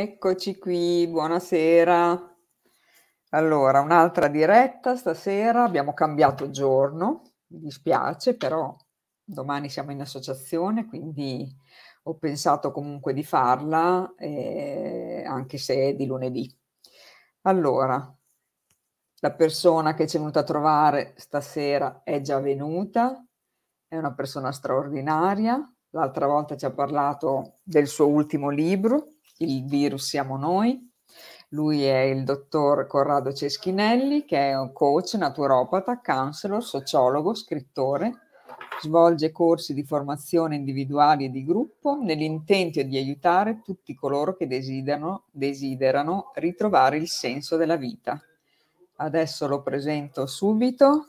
Eccoci qui, buonasera. Allora, un'altra diretta stasera, abbiamo cambiato giorno, mi dispiace, però domani siamo in associazione, quindi ho pensato comunque di farla, anche se è di lunedì. Allora, la persona che ci è venuta a trovare stasera è già venuta, è una persona straordinaria. L'altra volta ci ha parlato del suo ultimo libro, Il virus siamo noi. Lui è il dottor Corrado Ceschinelli, che è un coach, naturopata, counselor, sociologo, scrittore. Svolge corsi di formazione individuali e di gruppo nell'intento di aiutare tutti coloro che desiderano ritrovare il senso della vita. Adesso lo presento subito.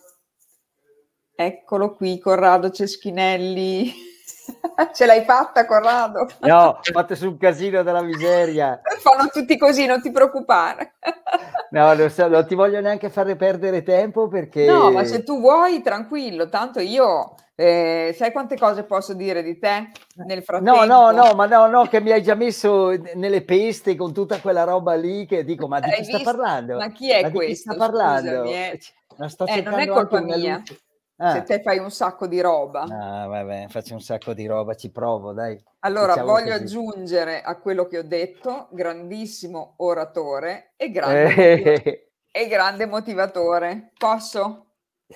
Eccolo qui, Corrado Ceschinelli. Ce l'hai fatta, Corrado? No, fate su un casino della miseria. Fanno tutti così, non ti preoccupare. No, non ti voglio neanche fare perdere tempo No, ma se perché... tu vuoi, tranquillo, tanto io, sai quante cose posso dire di te nel frattempo? No, che mi hai già messo nelle peste con tutta quella roba lì che dico, ma di Hai chi sta visto? parlando? Ma chi è Ma di chi sta questo? Scusami, parlando? Ma sto non è cercando anche colpa una mia luce. se Ah, te fai un sacco di roba. vabbè, faccio un sacco di roba, ci provo, dai, Allora, diciamo voglio così. aggiungere a quello che ho detto, grandissimo oratore e Eh, e grande motivatore. Posso?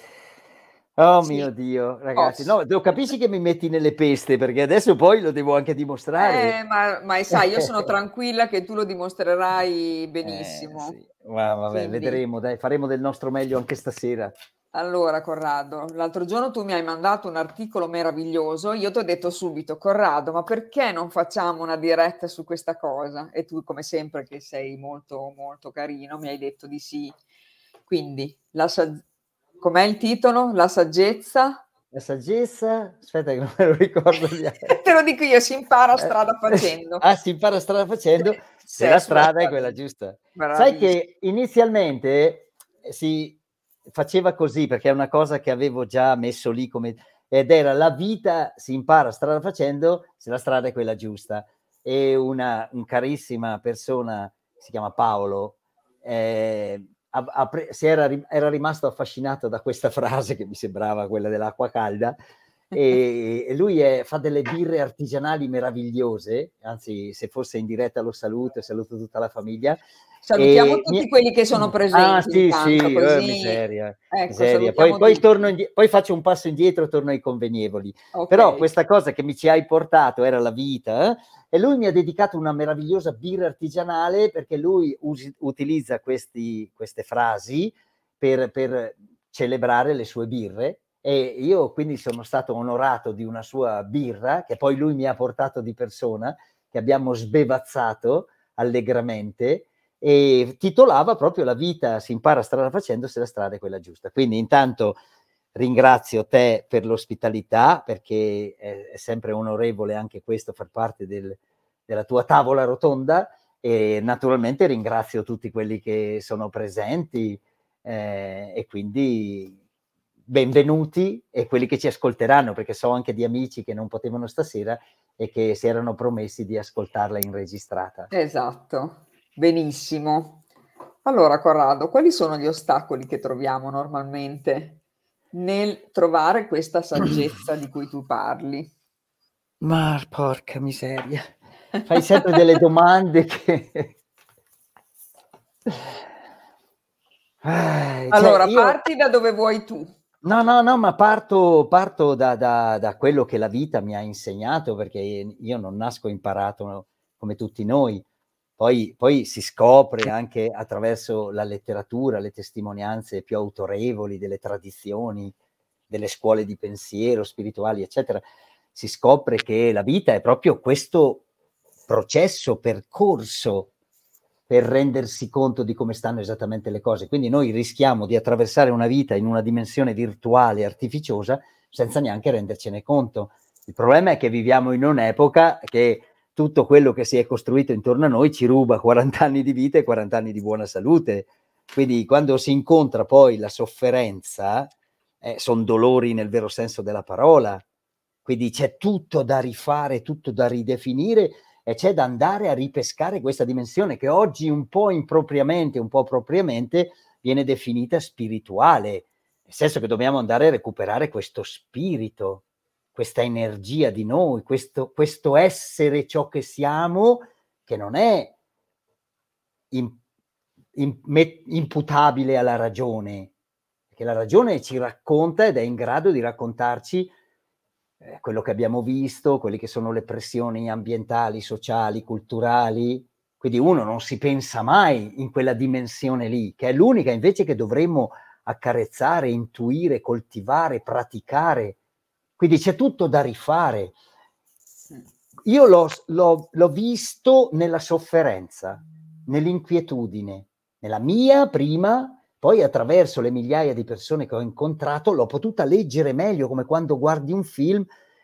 Oh Sì, mio Dio, ragazzi, posso. no, lo capisci che mi metti nelle peste perché adesso poi lo devo anche dimostrare. Ma sai, io sono tranquilla che tu lo dimostrerai benissimo. Sì, ma vabbè, Quindi, vedremo, dai, faremo del nostro meglio anche stasera. allora, Corrado, l'altro giorno tu mi hai mandato un articolo meraviglioso. Io ti ho detto subito, Corrado, ma perché non facciamo una diretta su questa cosa? E tu, come sempre, che sei molto, molto carino, mi hai detto di sì. Quindi, com'è il titolo? La saggezza? La saggezza, aspetta che non me lo ricordo neanche. Te lo dico io, si impara strada facendo. Si impara strada facendo, se Se è la sulla strada è strada quella giusta. Sai bravissimo. che inizialmente si faceva così, perché è una cosa che avevo già messo lì come ed era: la vita si impara strada facendo, se la strada è quella giusta. E un carissima persona, si chiama Paolo, era rimasto affascinato da questa frase che mi sembrava quella dell'acqua calda, e lui fa delle birre artigianali meravigliose, anzi se fosse in diretta lo saluto tutta la famiglia. Salutiamo tutti quelli che sono presenti Sì, intanto, sì, così miseria, ecco, miseria. Poi, salutiamo poi, tutti. poi faccio un passo indietro e torno ai convenevoli. Però Okay. questa cosa che mi ci hai portato era la vita, e lui mi ha dedicato una meravigliosa birra artigianale perché lui utilizza queste frasi per celebrare le sue birre, e io quindi sono stato onorato di una sua birra che poi lui mi ha portato di persona, che abbiamo sbevazzato allegramente, e titolava proprio La vita si impara strada facendo, se la strada è quella giusta. Quindi intanto ringrazio te per l'ospitalità, perché è sempre onorevole anche questo, far parte della tua tavola rotonda, e naturalmente ringrazio tutti quelli che sono presenti, e quindi benvenuti, e quelli che ci ascolteranno, perché so anche di amici che non potevano stasera e che si erano promessi di ascoltarla in registrata. Esatto, benissimo. Allora Corrado, quali sono gli ostacoli che troviamo normalmente nel trovare questa saggezza di cui tu parli? Ma porca miseria, fai sempre delle domande che... Cioè Allora, io... parti da dove vuoi tu. No, ma parto da quello che la vita mi ha insegnato, perché io non nasco imparato come tutti noi. Poi si scopre anche attraverso la letteratura, le testimonianze più autorevoli delle tradizioni, delle scuole di pensiero spirituali, eccetera. Si scopre che la vita è proprio questo processo, percorso per rendersi conto di come stanno esattamente le cose. Quindi noi rischiamo di attraversare una vita in una dimensione virtuale, artificiosa, senza neanche rendercene conto. Il problema è che viviamo in un'epoca che tutto quello che si è costruito intorno a noi ci ruba 40 anni di vita e 40 anni di buona salute. Quindi quando si incontra poi la sofferenza, sono dolori nel vero senso della parola. Quindi c'è tutto da rifare, tutto da ridefinire, e c'è da andare a ripescare questa dimensione che oggi un po' impropriamente, un po' propriamente viene definita spirituale, nel senso che dobbiamo andare a recuperare questo spirito, questa energia di noi, questo essere ciò che siamo, che non è imputabile alla ragione, perché la ragione ci racconta ed è in grado di raccontarci quello che abbiamo visto, quelle che sono le pressioni ambientali, sociali, culturali. Quindi uno non si pensa mai in quella dimensione lì, che è l'unica invece che dovremmo accarezzare, intuire, coltivare, praticare. Quindi c'è tutto da rifare. Io l'ho visto nella sofferenza, nell'inquietudine, nella mia prima, poi attraverso le migliaia di persone che ho incontrato l'ho potuta leggere meglio, come quando guardi un film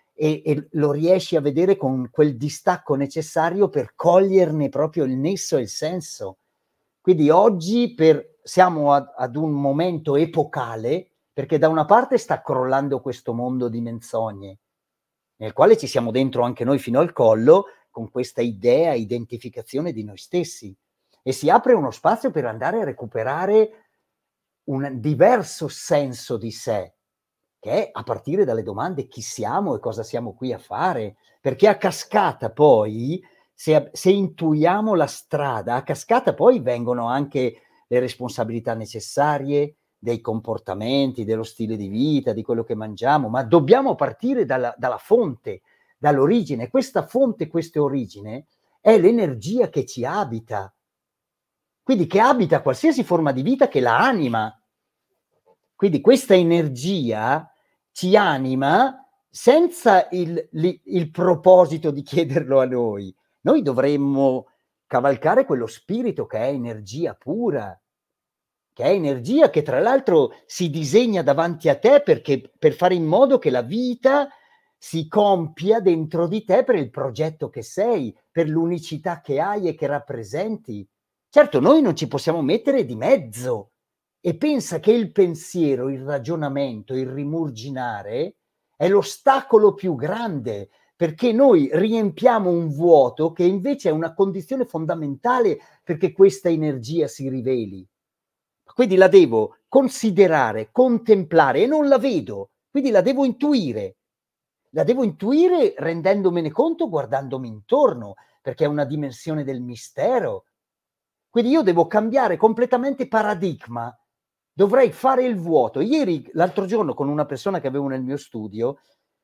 e lo riesci a vedere con quel distacco necessario per coglierne proprio il nesso e il senso. Quindi oggi siamo ad un momento epocale, perché da una parte sta crollando questo mondo di menzogne, nel quale ci siamo dentro anche noi fino al collo, con questa idea, identificazione di noi stessi. E si apre uno spazio per andare a recuperare un diverso senso di sé, che è a partire dalle domande chi siamo e cosa siamo qui a fare. Perché a cascata poi, se intuiamo la strada, a cascata poi vengono anche le responsabilità necessarie, dei comportamenti, dello stile di vita, di quello che mangiamo, ma dobbiamo partire dalla fonte, dall'origine. Questa fonte, questa origine è l'energia che ci abita, quindi che abita qualsiasi forma di vita, che la anima. Quindi questa energia ci anima senza il proposito di chiederlo a noi. Noi dovremmo cavalcare quello spirito che è energia pura, che è energia che tra l'altro si disegna davanti a te per fare in modo che la vita si compia dentro di te per il progetto che sei, per l'unicità che hai e che rappresenti. Certo, noi non ci possiamo mettere di mezzo e pensa che il pensiero, il ragionamento, il rimurginare è l'ostacolo più grande, perché noi riempiamo un vuoto che invece è una condizione fondamentale perché questa energia si riveli. Quindi la devo considerare, contemplare e non la vedo, quindi la devo intuire. La devo intuire rendendomene conto guardandomi intorno, perché è una dimensione del mistero. Quindi io devo cambiare completamente paradigma, dovrei fare il vuoto. L'altro giorno, con una persona che avevo nel mio studio,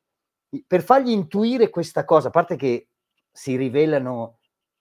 per fargli intuire questa cosa, a parte che si rivelano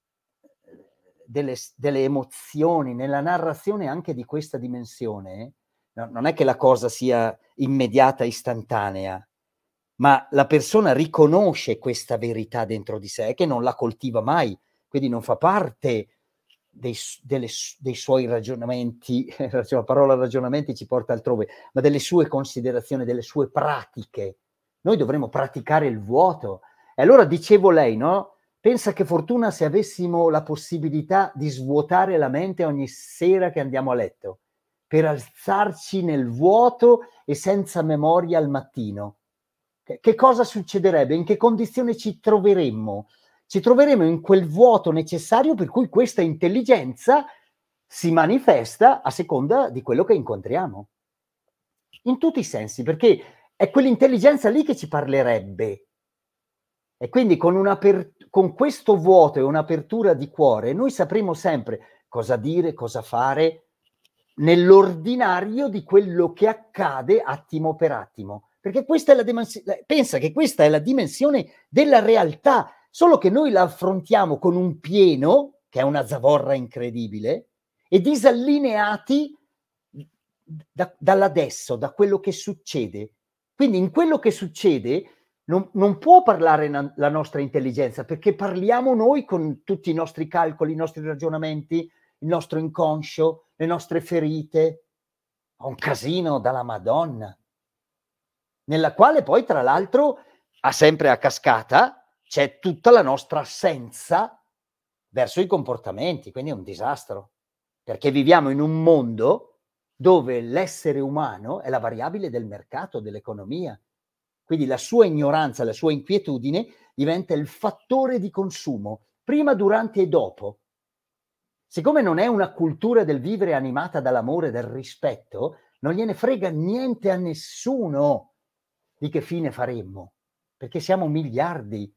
delle emozioni nella narrazione anche di questa dimensione, non è che la cosa sia immediata, istantanea, ma la persona riconosce questa verità dentro di sé che non la coltiva mai, quindi non fa parte dei suoi ragionamenti, la parola ragionamenti ci porta altrove, ma delle sue considerazioni, delle sue pratiche. Noi dovremmo praticare il vuoto. E allora dicevo lei, no? Pensa che fortuna se avessimo la possibilità di svuotare la mente ogni sera che andiamo a letto, per alzarci nel vuoto e senza memoria al mattino. Che cosa succederebbe? In che condizione ci troveremmo? Ci troveremo in quel vuoto necessario per cui questa intelligenza si manifesta a seconda di quello che incontriamo. In tutti i sensi, perché è quell'intelligenza lì che ci parlerebbe. E quindi con questo vuoto e un'apertura di cuore, noi sapremo sempre cosa dire, cosa fare nell'ordinario di quello che accade attimo per attimo. Perché questa è la dimensione, pensa che questa è la dimensione della realtà, solo che noi la affrontiamo con un pieno, che è una zavorra incredibile, e disallineati dall'adesso, da quello che succede. Quindi in quello che succede non può parlare la nostra intelligenza, perché parliamo noi con tutti i nostri calcoli, i nostri ragionamenti, il nostro inconscio, le nostre ferite. Un casino dalla Madonna, nella quale poi tra l'altro, sempre a cascata, c'è tutta la nostra assenza verso i comportamenti, quindi è un disastro, perché viviamo in un mondo dove l'essere umano è la variabile del mercato, dell'economia. Quindi la sua ignoranza, la sua inquietudine diventa il fattore di consumo prima, durante e dopo. Siccome non è una cultura del vivere animata dall'amore, dal rispetto, non gliene frega niente a nessuno di che fine faremmo, perché siamo miliardi.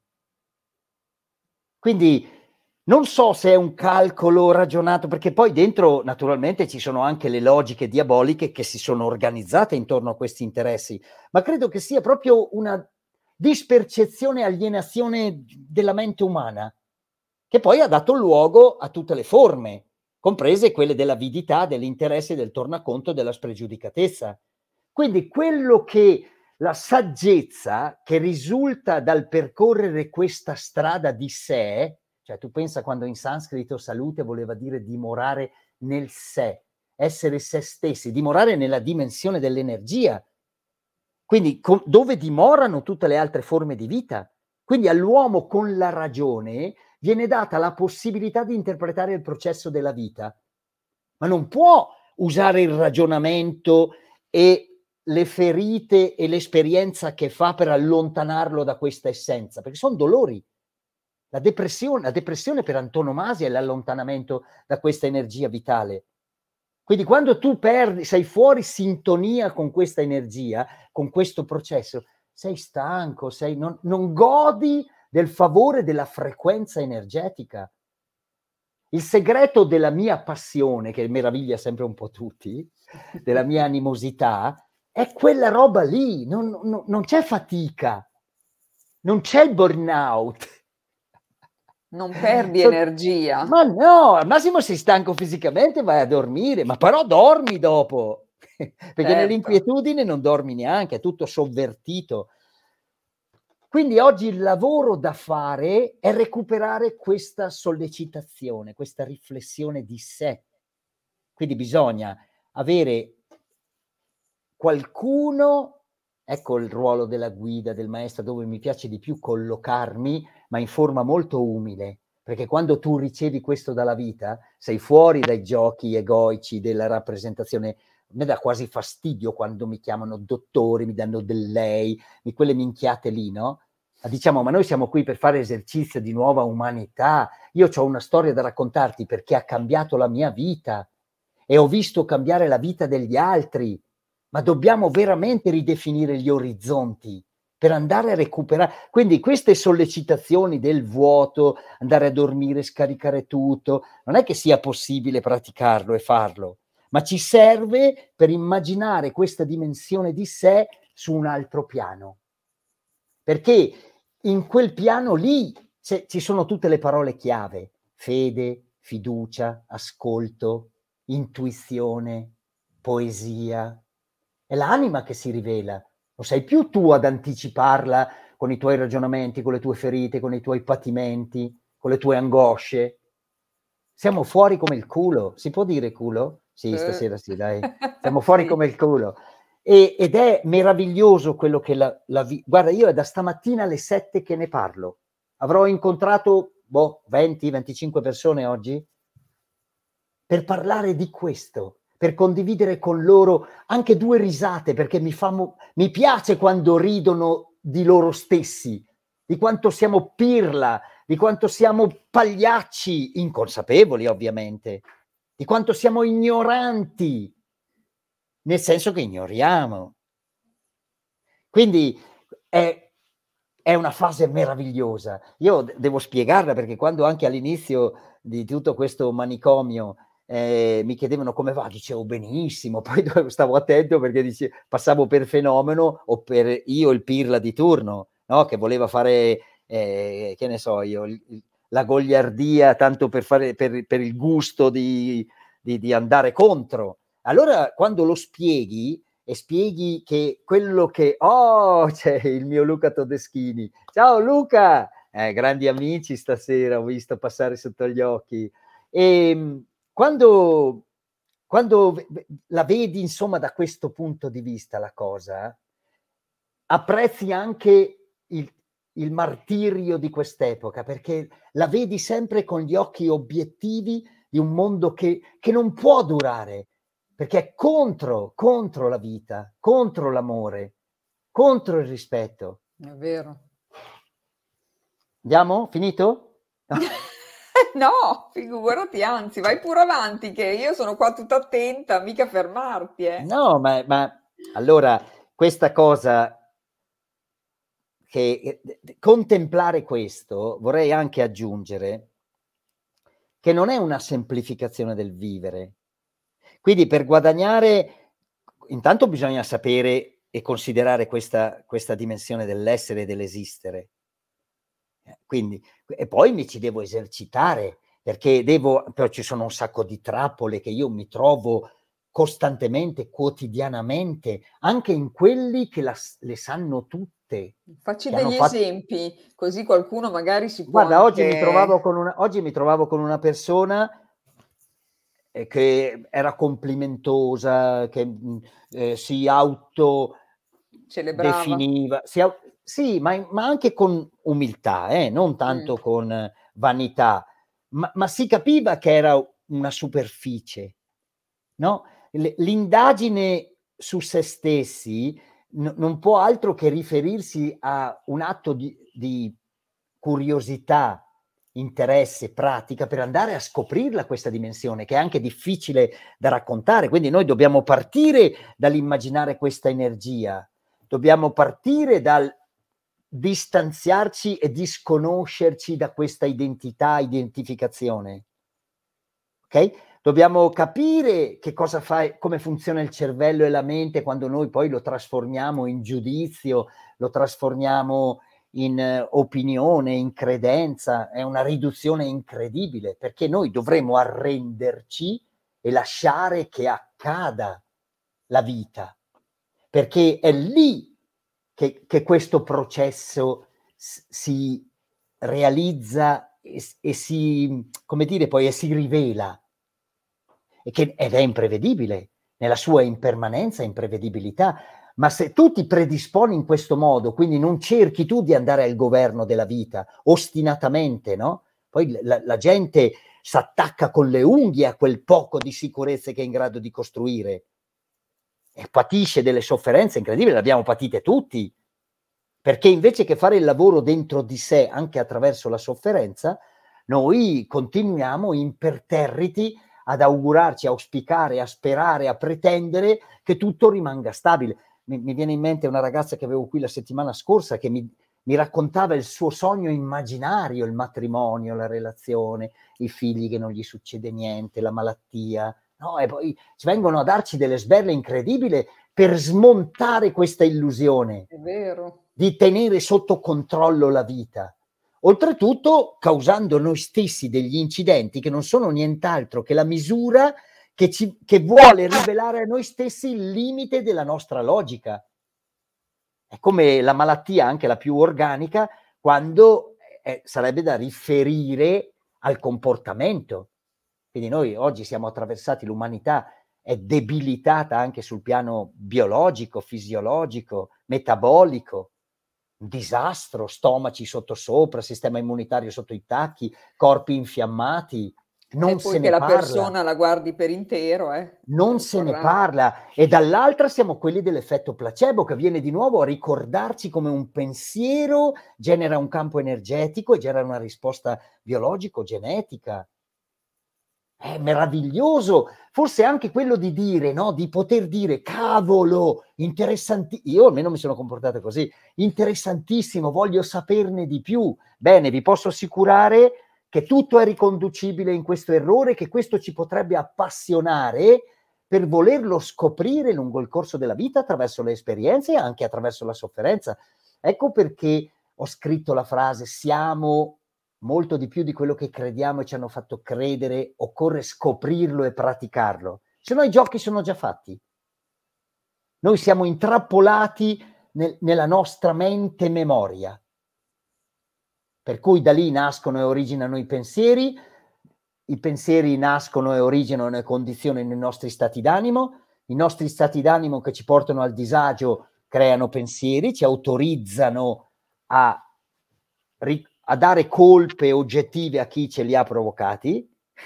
Quindi non so se è un calcolo ragionato, perché poi dentro naturalmente ci sono anche le logiche diaboliche che si sono organizzate intorno a questi interessi, ma credo che sia proprio una dispercezione e alienazione della mente umana, che poi ha dato luogo a tutte le forme, comprese quelle dell'avidità, dell'interesse, del tornaconto, della spregiudicatezza. Quindi quello che la saggezza che risulta dal percorrere questa strada di sé, cioè tu pensa quando in sanscrito salute voleva dire dimorare nel sé, essere se stessi, dimorare nella dimensione dell'energia, quindi dove dimorano tutte le altre forme di vita. Quindi all'uomo con la ragione viene data la possibilità di interpretare il processo della vita, ma non può usare il ragionamento e le ferite e l'esperienza che fa per allontanarlo da questa essenza, perché sono dolori. La depressione per antonomasia è l'allontanamento da questa energia vitale. Quindi quando tu sei fuori sintonia con questa energia, con questo processo, sei stanco, non godi del favore della frequenza energetica. Il segreto della mia passione, che meraviglia sempre un po' tutti, della mia animosità, è quella roba lì, non c'è fatica, non c'è il burnout. Non perdi energia. Ma no, al massimo sei stanco fisicamente, vai a dormire, ma però dormi dopo, perché Certo. nell'inquietudine non dormi neanche, è tutto sovvertito. Quindi oggi il lavoro da fare è recuperare questa sollecitazione, questa riflessione di sé. Quindi bisogna avere qualcuno, ecco il ruolo della guida, del maestro, dove mi piace di più collocarmi, ma in forma molto umile, perché quando tu ricevi questo dalla vita, sei fuori dai giochi egoici della rappresentazione. A me dà quasi fastidio quando mi chiamano dottore, mi danno del lei, quelle minchiate lì, no? Ma diciamo, ma noi siamo qui per fare esercizio di nuova umanità. Io ho una storia da raccontarti perché ha cambiato la mia vita e ho visto cambiare la vita degli altri, ma dobbiamo veramente ridefinire gli orizzonti per andare a recuperare. Quindi queste sollecitazioni del vuoto, andare a dormire, scaricare tutto, non è che sia possibile praticarlo e farlo, ma ci serve per immaginare questa dimensione di sé su un altro piano. Perché in quel piano lì ci sono tutte le parole chiave: fede, fiducia, ascolto, intuizione, poesia. È l'anima che si rivela, non sei più tu ad anticiparla con i tuoi ragionamenti, con le tue ferite, con i tuoi patimenti, con le tue angosce. Siamo fuori come il culo, si può dire culo? Sì, stasera sì, dai. Siamo fuori Sì. come il culo. Ed è meraviglioso quello che guarda, io è da stamattina alle 7 che ne parlo. Avrò incontrato 20-25 persone oggi per parlare di questo, per condividere con loro anche 2 risate, perché mi piace quando ridono di loro stessi, di quanto siamo pirla, di quanto siamo pagliacci, inconsapevoli ovviamente, di quanto siamo ignoranti, nel senso che ignoriamo. Quindi è una fase meravigliosa. Io devo spiegarla perché quando anche all'inizio di tutto questo manicomio mi chiedevano come va, dicevo benissimo, poi stavo attento perché passavo per fenomeno o per io il pirla di turno, no? Che voleva fare, che ne so io, la goliardia tanto per il gusto di andare contro. Allora quando lo spieghi e spieghi che quello che... Oh, c'è il mio Luca Todeschini. Ciao Luca! Grandi amici stasera, ho visto passare sotto gli occhi. E quando la vedi, insomma, da questo punto di vista la cosa, apprezzi anche il martirio di quest'epoca, perché la vedi sempre con gli occhi obiettivi di un mondo che non può durare, perché è contro la vita, contro l'amore, contro il rispetto. È vero. Andiamo? Finito? No. No, figurati, anzi, vai pure avanti, che io sono qua tutta attenta, mica fermarti, eh. No, ma allora questa cosa che contemplare questo, vorrei anche aggiungere che non è una semplificazione del vivere. Quindi per guadagnare, intanto bisogna sapere e considerare questa dimensione dell'essere e dell'esistere. Quindi, e poi mi ci devo esercitare, perché però ci sono un sacco di trappole che io mi trovo costantemente, quotidianamente, anche in quelli che le sanno tutte, Facci che hanno degli fatto. esempi, così qualcuno magari si può Guarda, oggi mi trovavo anche con una persona che era complimentosa, che si celebrava. autodefiniva, sì, ma anche con umiltà, non Mm, tanto con vanità, ma si capiva che era una superficie, no? L'indagine su se stessi non può altro che riferirsi a un atto di curiosità, interesse, pratica per andare a scoprirla questa dimensione, che è anche difficile da raccontare. Quindi noi dobbiamo partire dall'immaginare questa energia, dobbiamo partire dal distanziarci e disconoscerci da questa identificazione. Ok? Dobbiamo capire che cosa fa, come funziona il cervello e la mente quando noi poi lo trasformiamo in giudizio, lo trasformiamo in opinione, in credenza. È una riduzione incredibile, perché noi dovremo arrenderci e lasciare che accada la vita, perché è lì che questo processo si realizza e si, come dire, poi si rivela, ed è imprevedibile nella sua impermanenza e imprevedibilità. Ma se tu ti predisponi in questo modo, quindi non cerchi tu di andare al governo della vita ostinatamente, no? Poi la gente si attacca con le unghie a quel poco di sicurezze che è in grado di costruire e patisce delle sofferenze incredibili, le abbiamo patite tutti, perché invece che fare il lavoro dentro di sé anche attraverso la sofferenza, noi continuiamo imperterriti ad augurarci, a auspicare, a sperare, a pretendere che tutto rimanga stabile. Mi viene in mente una ragazza che avevo qui la settimana scorsa che mi raccontava il suo sogno immaginario, il matrimonio, la relazione, i figli che non gli succede niente, la malattia, no? E poi ci vengono a darci delle sberle incredibili per smontare questa illusione è vero. di tenere sotto controllo la vita. Oltretutto causando noi stessi degli incidenti che non sono nient'altro che la misura che vuole rivelare a noi stessi il limite della nostra logica. È come la malattia, anche la più organica, quando sarebbe da riferire al comportamento. Quindi noi oggi siamo attraversati, l'umanità è debilitata anche sul piano biologico, fisiologico, metabolico, un disastro, stomaci sottosopra, sistema immunitario sotto i tacchi, corpi infiammati, E non poi se che ne la parla. persona la guardi per intero, Non non se ne vorrà. parla, e dall'altra siamo quelli dell'effetto placebo, che viene di nuovo a ricordarci come un pensiero genera un campo energetico e genera una risposta biologico-genetica. È meraviglioso, forse anche quello di dire, no? Di poter dire, cavolo, io almeno mi sono comportato così, interessantissimo, voglio saperne di più. Bene, vi posso assicurare che tutto è riconducibile in questo errore, che questo ci potrebbe appassionare per volerlo scoprire lungo il corso della vita attraverso le esperienze e anche attraverso la sofferenza. Ecco perché ho scritto la frase: siamo molto di più di quello che crediamo e ci hanno fatto credere, occorre scoprirlo e praticarlo. Se no i giochi sono già fatti. Noi siamo intrappolati nella nostra mente memoria. Per cui da lì nascono e originano i pensieri nascono e originano e condizionano i nostri stati d'animo, i nostri stati d'animo che ci portano al disagio creano pensieri, ci autorizzano a dare colpe oggettive a chi ce li ha provocati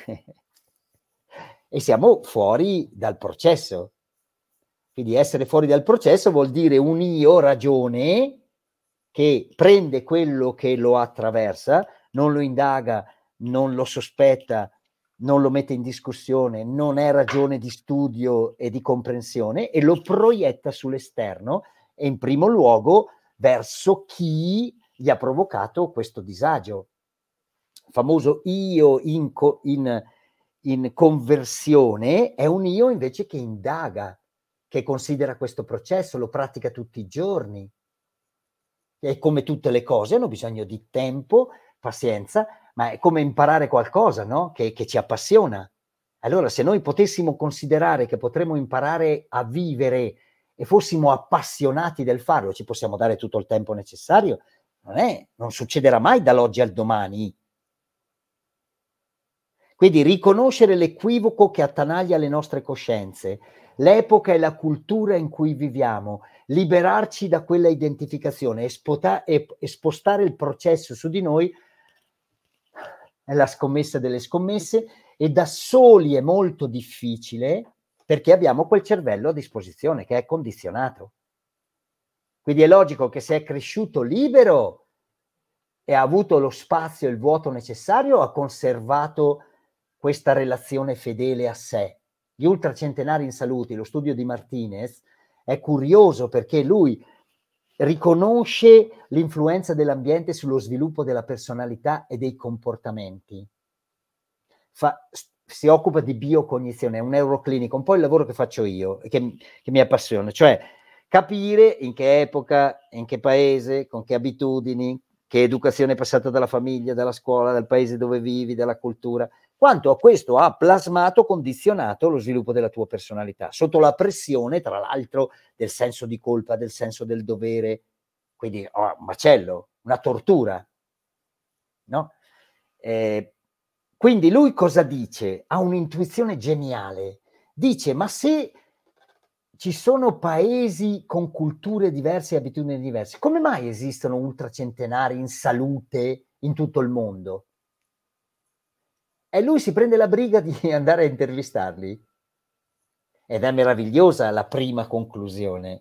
e siamo fuori dal processo. Quindi essere fuori dal processo vuol dire un io ragione che prende quello che lo attraversa, non lo indaga, non lo sospetta, non lo mette in discussione, non è ragione di studio e di comprensione, e lo proietta sull'esterno e in primo luogo verso chi gli ha provocato questo disagio. Il famoso io in conversione è un io invece che indaga, che considera questo processo, lo pratica tutti i giorni. E come tutte le cose hanno bisogno di tempo, pazienza, ma è come imparare qualcosa, no? Che ci appassiona. Allora, se noi potessimo considerare che potremmo imparare a vivere e fossimo appassionati del farlo, ci possiamo dare tutto il tempo necessario, non succederà mai dall'oggi al domani. Quindi riconoscere l'equivoco che attanaglia le nostre coscienze, l'epoca e la cultura in cui viviamo, liberarci da quella identificazione e spostare il processo su di noi è la scommessa delle scommesse, e da soli è molto difficile perché abbiamo quel cervello a disposizione che è condizionato. Quindi è logico che se è cresciuto libero e ha avuto lo spazio e il vuoto necessario, ha conservato questa relazione fedele a sé. Gli ultracentenari in salute, lo studio di Martinez, è curioso perché lui riconosce l'influenza dell'ambiente sullo sviluppo della personalità e dei comportamenti. Si occupa di biocognizione, è un neuroclinico, un po' il lavoro che faccio io, che mi appassiona, cioè capire in che epoca, in che paese, con che abitudini, che educazione è passata dalla famiglia, dalla scuola, dal paese dove vivi, dalla cultura, quanto questo ha plasmato, condizionato lo sviluppo della tua personalità, sotto la pressione, tra l'altro, del senso di colpa, del senso del dovere, quindi un macello, una tortura, no? Quindi lui cosa dice? Ha un'intuizione geniale. Dice, ma se ci sono paesi con culture diverse e abitudini diverse, come mai esistono ultracentenari in salute in tutto il mondo? E lui si prende la briga di andare a intervistarli. Ed è meravigliosa la prima conclusione.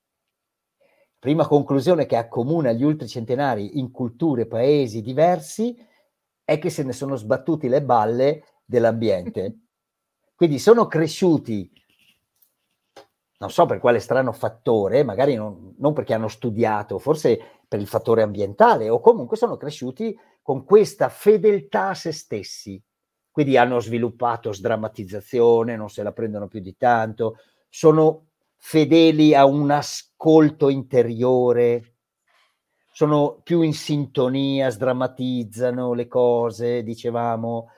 Prima conclusione che accomuna gli ultracentenari in culture e paesi diversi è che se ne sono sbattuti le balle dell'ambiente. Quindi sono cresciuti, non so per quale strano fattore, magari non perché hanno studiato, forse per il fattore ambientale, o comunque sono cresciuti con questa fedeltà a se stessi. Quindi hanno sviluppato sdrammatizzazione, non se la prendono più di tanto, sono fedeli a un ascolto interiore, sono più in sintonia, sdrammatizzano le cose, dicevamo.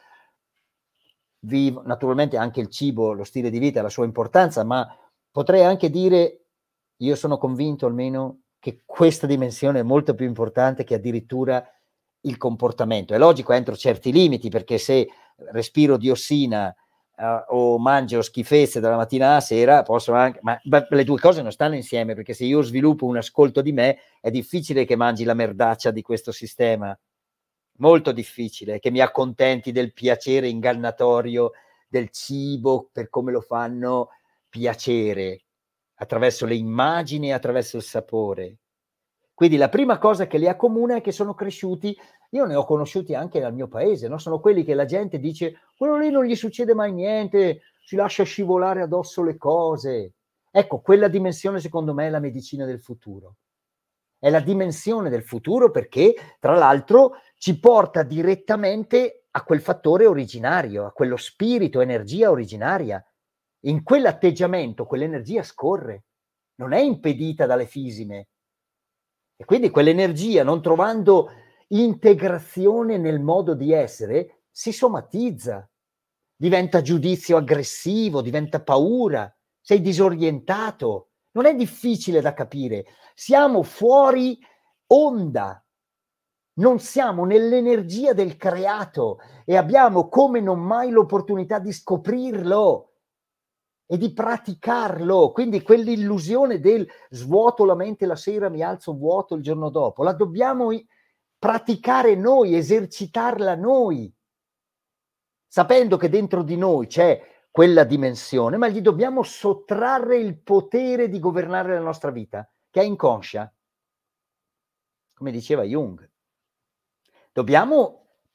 Naturalmente anche il cibo, lo stile di vita ha la sua importanza, ma potrei anche dire, io sono convinto almeno, che questa dimensione è molto più importante che addirittura il comportamento. È logico entro certi limiti, perché se respiro diossina o mangio schifezze dalla mattina alla sera, posso anche, ma le due cose non stanno insieme, perché se io sviluppo un ascolto di me, è difficile che mangi la merdaccia di questo sistema. Molto difficile che mi accontenti del piacere ingannatorio del cibo per come lo fanno piacere, attraverso le immagini e attraverso il sapore. Quindi la prima cosa che li accomuna è che sono cresciuti, io ne ho conosciuti anche nel mio paese, no? Sono quelli che la gente dice, quello lì non gli succede mai niente, si lascia scivolare addosso le cose. Ecco, quella dimensione secondo me è la medicina del futuro. È la dimensione del futuro perché, tra l'altro, ci porta direttamente a quel fattore originario, a quello spirito, energia originaria. In quell'atteggiamento quell'energia scorre, non è impedita dalle fisime. E quindi quell'energia, non trovando integrazione nel modo di essere, si somatizza, diventa giudizio aggressivo, diventa paura, sei disorientato. Non è difficile da capire, siamo fuori onda, non siamo nell'energia del creato e abbiamo come non mai l'opportunità di scoprirlo e di praticarlo. Quindi quell'illusione del svuoto la mente la sera, mi alzo vuoto il giorno dopo, la dobbiamo praticare noi, esercitarla noi, sapendo che dentro di noi c'è quella dimensione, ma gli dobbiamo sottrarre il potere di governare la nostra vita, che è inconscia, come diceva Jung. Dobbiamo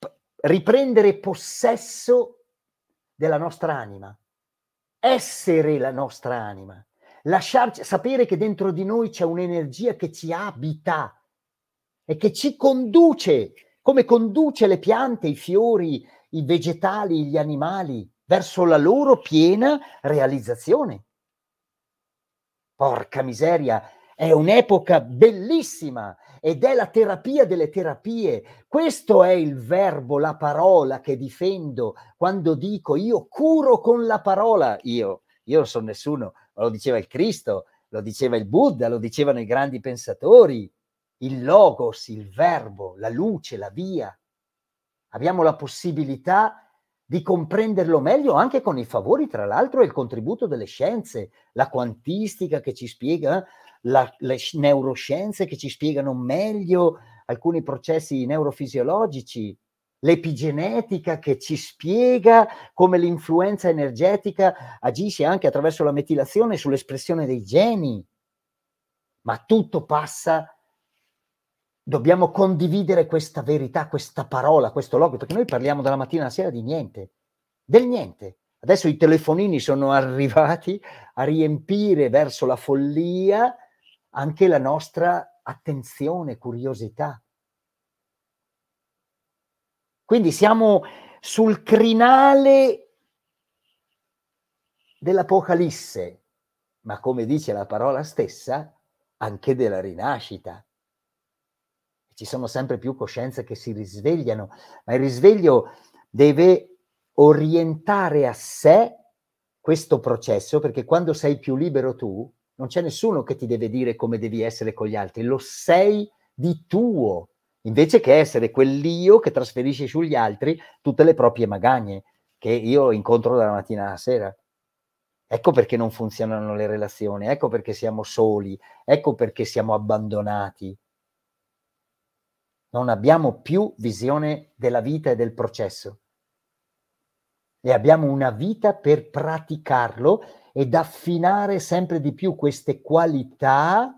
riprendere possesso della nostra anima, essere la nostra anima, sapere che dentro di noi c'è un'energia che ci abita e che ci conduce, come conduce le piante, i fiori, i vegetali, gli animali, verso la loro piena realizzazione. Porca miseria, è un'epoca bellissima ed è la terapia delle terapie. Questo è il verbo, la parola che difendo quando dico io curo con la parola. Io non sono nessuno, ma lo diceva il Cristo, lo diceva il Buddha, lo dicevano i grandi pensatori. Il logos, il verbo, la luce, la via. Abbiamo la possibilità di comprenderlo meglio anche con i favori, tra l'altro, e il contributo delle scienze, la quantistica che ci spiega, le neuroscienze che ci spiegano meglio alcuni processi neurofisiologici, l'epigenetica che ci spiega come l'influenza energetica agisce anche attraverso la metilazione sull'espressione dei geni. Ma tutto passa. Dobbiamo condividere questa verità, questa parola, questo logo, perché noi parliamo dalla mattina alla sera di niente, del niente. Adesso i telefonini sono arrivati a riempire verso la follia anche la nostra attenzione, curiosità. Quindi siamo sul crinale dell'Apocalisse, ma come dice la parola stessa, anche della rinascita. Ci sono sempre più coscienze che si risvegliano, ma il risveglio deve orientare a sé questo processo, perché quando sei più libero tu, non c'è nessuno che ti deve dire come devi essere con gli altri, lo sei di tuo, invece che essere quell'io che trasferisce sugli altri tutte le proprie magagne, che io incontro dalla mattina alla sera. Ecco perché non funzionano le relazioni, ecco perché siamo soli, ecco perché siamo abbandonati. Non abbiamo più visione della vita e del processo. E abbiamo una vita per praticarlo ed affinare sempre di più questa qualità.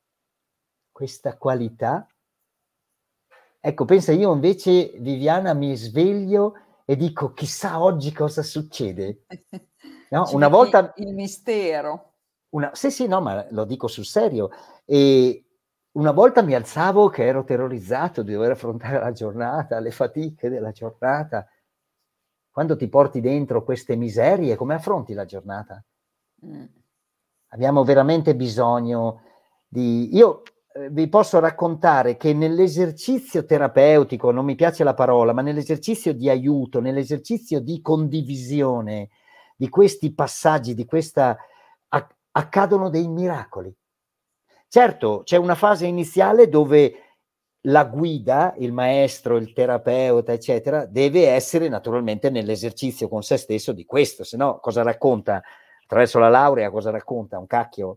Ecco, pensa, io invece, Viviana, mi sveglio e dico, chissà oggi cosa succede. No? Ci Una vivi volta... il mistero. Sì, no, ma lo dico sul serio. E una volta mi alzavo che ero terrorizzato di dover affrontare la giornata, le fatiche della giornata. Quando ti porti dentro queste miserie, come affronti la giornata? Abbiamo veramente bisogno di... Io vi posso raccontare che nell'esercizio terapeutico, non mi piace la parola, ma nell'esercizio di aiuto, nell'esercizio di condivisione di questi passaggi, di questa... accadono dei miracoli. Certo, c'è una fase iniziale dove la guida, il maestro, il terapeuta, eccetera, deve essere naturalmente nell'esercizio con se stesso di questo, se no cosa racconta? Attraverso la laurea cosa racconta? Un cacchio?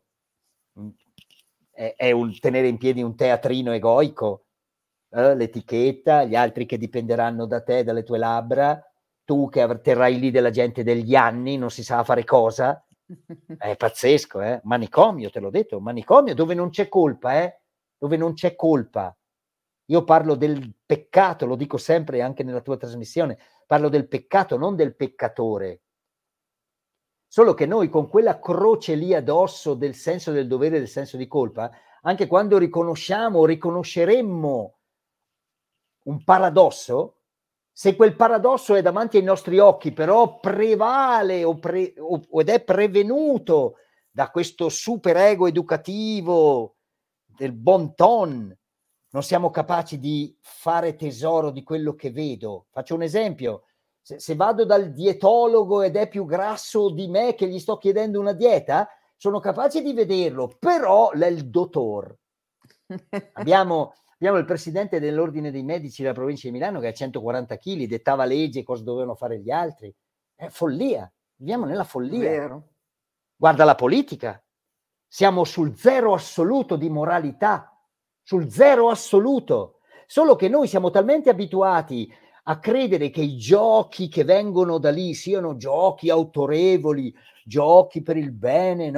È un tenere in piedi un teatrino egoico, l'etichetta, gli altri che dipenderanno da te, dalle tue labbra, tu che terrai lì della gente degli anni, non si sa fare cosa. È pazzesco, manicomio, te l'ho detto, manicomio dove non c'è colpa, dove non c'è colpa. Io parlo del peccato, lo dico sempre anche nella tua trasmissione, parlo del peccato, non del peccatore. Solo che noi con quella croce lì addosso del senso del dovere e del senso di colpa, anche quando riconosciamo o riconosceremmo un paradosso, se quel paradosso è davanti ai nostri occhi, però prevale ed è prevenuto da questo superego educativo del bon ton, non siamo capaci di fare tesoro di quello che vedo. Faccio un esempio. Se vado dal dietologo ed è più grasso di me che gli sto chiedendo una dieta, sono capace di vederlo, però è il dottor. Abbiamo il presidente dell'ordine dei medici della provincia di Milano che ha 140 kg, dettava leggi, cosa dovevano fare gli altri. È follia, viviamo nella follia. Vero. Guarda la politica, siamo sul zero assoluto di moralità, sul zero assoluto, solo che noi siamo talmente abituati a credere che i giochi che vengono da lì siano giochi autorevoli, giochi per il bene, no?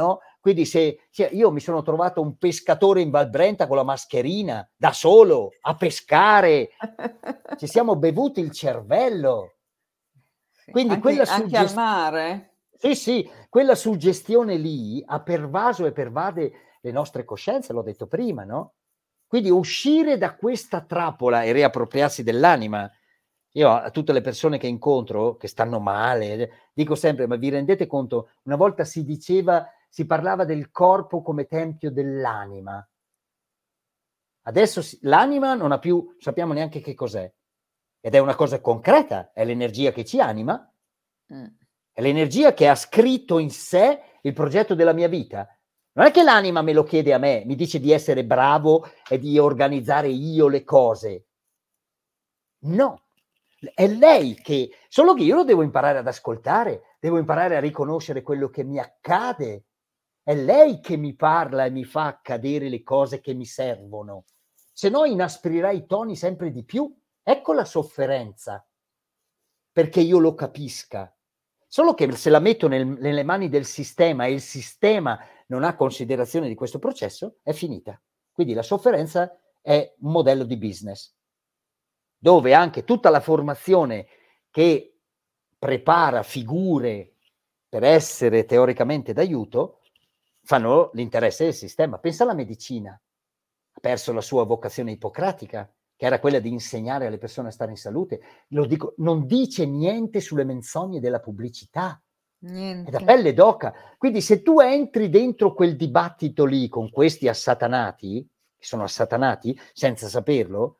Quindi io mi sono trovato un pescatore in Val Brenta con la mascherina, da solo, a pescare, ci siamo bevuti il cervello. Sì, Quindi anche al mare? sì, quella suggestione lì ha pervaso e pervade le nostre coscienze, l'ho detto prima, no? Quindi uscire da questa trappola e riappropriarsi dell'anima. Io a tutte le persone che incontro, che stanno male, dico sempre, ma vi rendete conto, una volta si parlava del corpo come tempio dell'anima. Adesso l'anima non ha più, sappiamo neanche che cos'è. Ed è una cosa concreta, è l'energia che ci anima, è l'energia che ha scritto in sé il progetto della mia vita. Non è che l'anima me lo chiede a me, mi dice di essere bravo e di organizzare io le cose. No, è lei che, solo che io lo devo imparare ad ascoltare, devo imparare a riconoscere quello che mi accade. È lei che mi parla e mi fa accadere le cose che mi servono. Se no inasprirà i toni sempre di più. Ecco la sofferenza, perché io lo capisca. Solo che se la metto nelle mani del sistema e il sistema non ha considerazione di questo processo, è finita. Quindi la sofferenza è un modello di business, dove anche tutta la formazione che prepara figure per essere teoricamente d'aiuto fanno l'interesse del sistema. Pensa alla medicina, ha perso la sua vocazione ippocratica, che era quella di insegnare alle persone a stare in salute. Lo dico, non dice niente sulle menzogne della pubblicità. È da Niente. pelle d'oca. Quindi se tu entri dentro quel dibattito lì con questi assatanati, che sono assatanati, senza saperlo,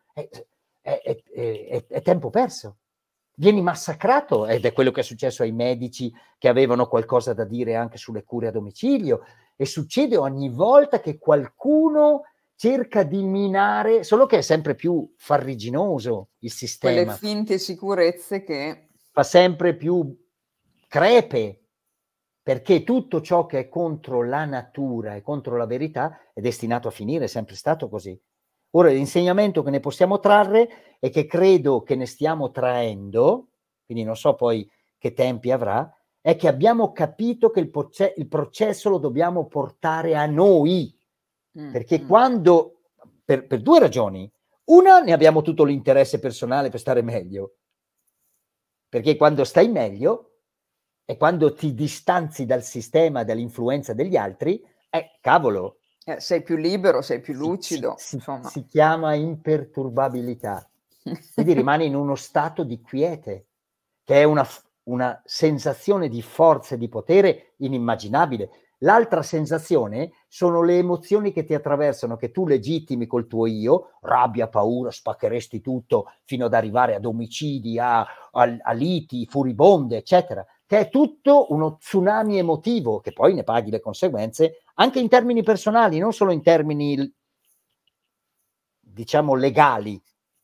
è tempo perso. Vieni massacrato, ed è quello che è successo ai medici che avevano qualcosa da dire anche sulle cure a domicilio, e succede ogni volta che qualcuno cerca di minare, solo che è sempre più farraginoso il Quelle sistema, finte sicurezze che fa sempre più crepe, perché tutto ciò che è contro la natura e contro la verità è destinato a finire, è sempre stato così. Ora l'insegnamento che ne possiamo trarre e che credo che ne stiamo traendo, quindi non so poi che tempi avrà, è che abbiamo capito che il processo lo dobbiamo portare a noi, perché quando, per due ragioni, una, ne abbiamo tutto l'interesse personale per stare meglio, perché quando stai meglio e quando ti distanzi dal sistema, dall'influenza degli altri, cavolo, sei più libero, sei più lucido, insomma. si chiama imperturbabilità. Quindi rimani in uno stato di quiete, che è una sensazione di forza e di potere inimmaginabile. L'altra sensazione sono le emozioni che ti attraversano, che tu legittimi col tuo io, rabbia, paura, spaccheresti tutto, fino ad arrivare ad omicidi, a liti, furibonde, eccetera, che è tutto uno tsunami emotivo, che poi ne paghi le conseguenze, anche in termini personali, non solo in termini, diciamo, legali.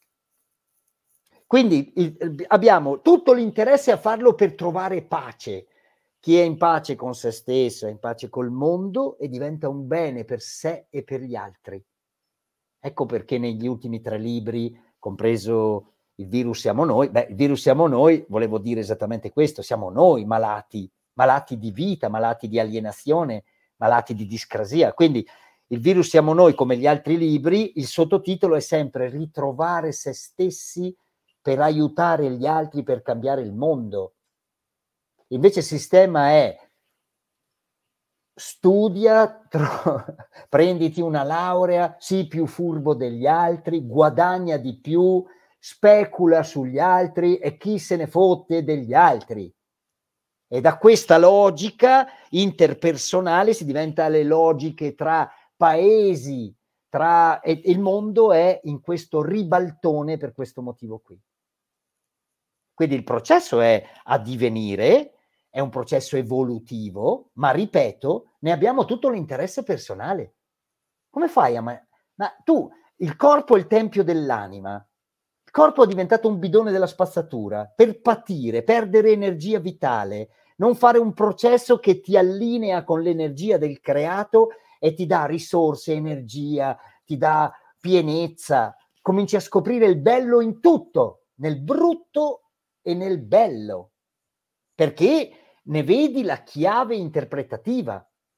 Quindi abbiamo tutto l'interesse a farlo per trovare pace. Chi è in pace con se stesso, è in pace col mondo e diventa un bene per sé e per gli altri. Ecco perché negli ultimi 3 libri, compreso Il virus siamo noi, il virus siamo noi, volevo dire esattamente questo, siamo noi malati di vita, malati di alienazione, malati di discrasia. Quindi il virus siamo noi, come gli altri libri, il sottotitolo è sempre ritrovare se stessi per aiutare gli altri, per cambiare il mondo. Invece il sistema è studia, prenditi una laurea, sii più furbo degli altri, guadagna di più, specula sugli altri e chi se ne fotte degli altri. E da questa logica interpersonale si diventa le logiche tra paesi, e il mondo è in questo ribaltone per questo motivo qui. Quindi il processo è a divenire, è un processo evolutivo, ma ripeto, ne abbiamo tutto l'interesse personale. Come fai ma tu, il corpo è il tempio dell'anima, il corpo è diventato un bidone della spazzatura, per patire, perdere energia vitale, non fare un processo che ti allinea con l'energia del creato e ti dà risorse, energia, ti dà pienezza, cominci a scoprire il bello in tutto, nel brutto e nel bello, perché ne vedi la chiave interpretativa,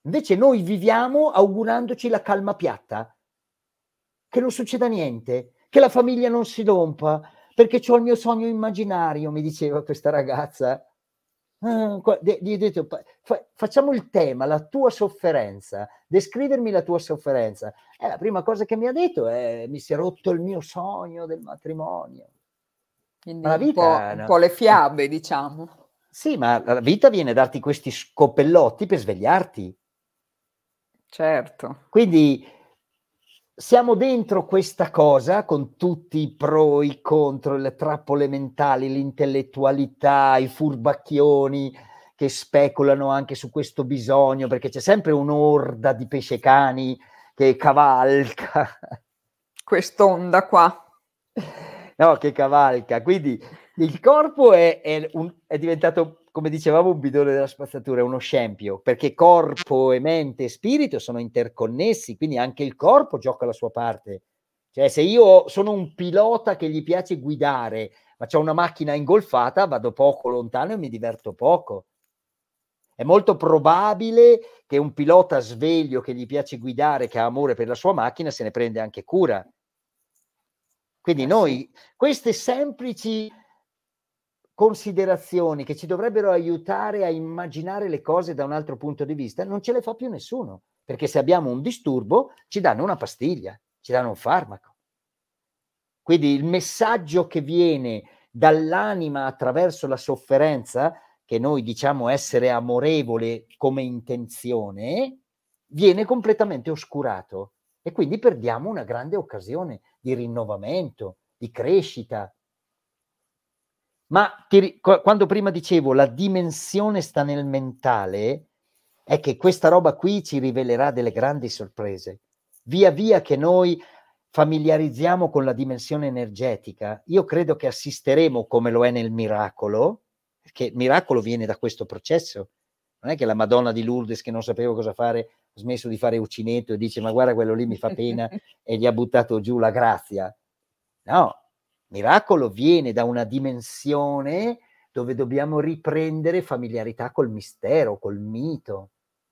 Invece noi viviamo augurandoci la calma piatta, che non succeda niente, che la famiglia non si rompa, perché c'ho il mio sogno immaginario, mi diceva questa ragazza. Gli ho detto, facciamo il tema, la tua sofferenza, descrivermi la tua sofferenza. La prima cosa che mi ha detto è: mi si è rotto il mio sogno del matrimonio. Quindi Ma la vita, un po' no. le fiabe, diciamo. Sì, ma la vita viene a darti questi scopellotti per svegliarti. Certo. Quindi siamo dentro questa cosa con tutti i pro, i contro, le trappole mentali, l'intellettualità, i furbacchioni che speculano anche su questo bisogno, perché c'è sempre un'orda di pescecani che cavalca. Quest'onda qua. No, che cavalca. Quindi il corpo è diventato, come dicevamo, un bidone della spazzatura, è uno scempio, perché corpo e mente e spirito sono interconnessi, quindi anche il corpo gioca la sua parte. Cioè, se io sono un pilota che gli piace guidare, ma c'ho una macchina ingolfata, vado poco lontano e mi diverto poco. È molto probabile che un pilota sveglio che gli piace guidare, che ha amore per la sua macchina, se ne prende anche cura. Quindi noi, queste semplici considerazioni che ci dovrebbero aiutare a immaginare le cose da un altro punto di vista, non ce le fa più nessuno, perché se abbiamo un disturbo ci danno una pastiglia, ci danno un farmaco. Quindi il messaggio che viene dall'anima attraverso la sofferenza, che noi diciamo essere amorevole come intenzione, viene completamente oscurato e quindi perdiamo una grande occasione di rinnovamento, di crescita. Ma quando prima dicevo la dimensione sta nel mentale, è che questa roba qui ci rivelerà delle grandi sorprese. Via via che noi familiarizziamo con la dimensione energetica, io credo che assisteremo, come lo è nel miracolo, perché il miracolo viene da questo processo. Non è che la Madonna di Lourdes, che non sapeva cosa fare, ha smesso di fare uncinetto e dice: ma guarda, quello lì mi fa pena, e gli ha buttato giù la grazia. No, miracolo viene da una dimensione dove dobbiamo riprendere familiarità col mistero, col mito,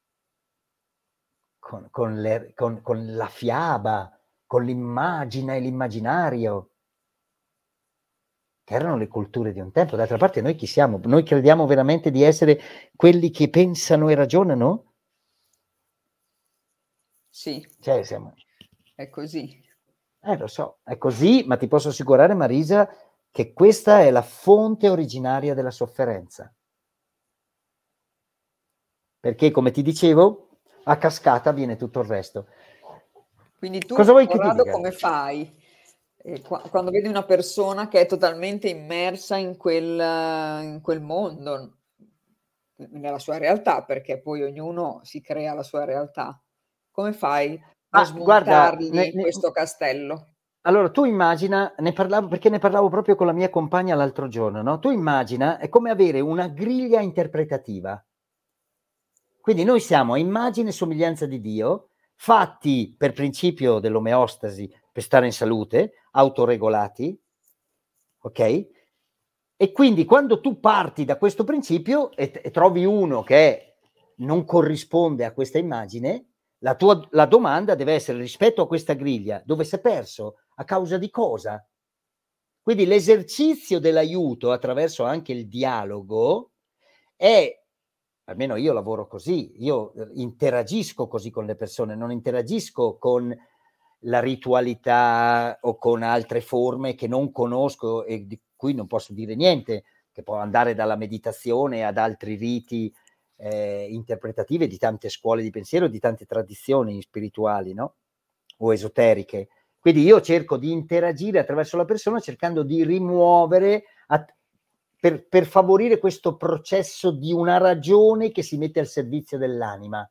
con la fiaba, con l'immagine e l'immaginario, che erano le culture di un tempo. D'altra parte noi chi siamo? Noi crediamo veramente di essere quelli che pensano e ragionano? Sì, Cioè, siamo... è così. Lo so, è così, ma ti posso assicurare, Marisa, che questa è la fonte originaria della sofferenza. Perché, come ti dicevo, a cascata viene tutto il resto. Quindi tu, Cosa vuoi che ti Corrado, dica? come fai? Quando vedi una persona che è totalmente immersa in quel mondo, nella sua realtà, perché poi ognuno si crea la sua realtà, come fai a Ma guarda, smontargli questo castello? allora tu immagina, ne parlavo proprio con la mia compagna l'altro giorno, no? Tu immagina, è come avere una griglia interpretativa. Quindi noi siamo a immagine e somiglianza di Dio, fatti per principio dell'omeostasi, per stare in salute, autoregolati, ok? E quindi quando tu parti da questo principio e trovi uno che non corrisponde a questa immagine, la domanda deve essere: rispetto a questa griglia, dove si è perso? A causa di cosa? Quindi l'esercizio dell'aiuto attraverso anche il dialogo è, almeno io lavoro così, io interagisco così con le persone, non interagisco con la ritualità o con altre forme che non conosco e di cui non posso dire niente, che può andare dalla meditazione ad altri riti interpretative di tante scuole di pensiero, di tante tradizioni spirituali, no? O esoteriche. Quindi io cerco di interagire attraverso la persona cercando di rimuovere per favorire questo processo di una ragione che si mette al servizio dell'anima.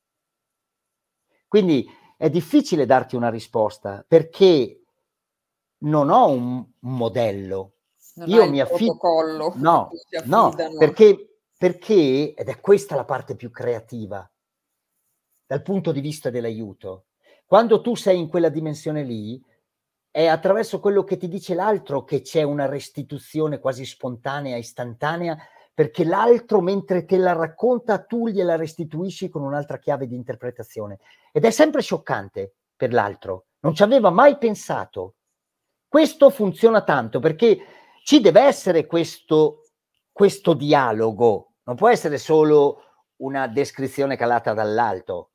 Quindi è difficile darti una risposta perché non ho un modello. Non Io hai il mi affido, protocollo a cui no, si no, affidano. perché, ed è questa la parte più creativa dal punto di vista dell'aiuto. Quando tu sei in quella dimensione lì, è attraverso quello che ti dice l'altro che c'è una restituzione quasi spontanea, istantanea, perché l'altro, mentre te la racconta, tu gliela restituisci con un'altra chiave di interpretazione. Ed è sempre scioccante per l'altro. Non ci aveva mai pensato. Questo funziona tanto perché ci deve essere questo dialogo. Non può essere solo una descrizione calata dall'alto.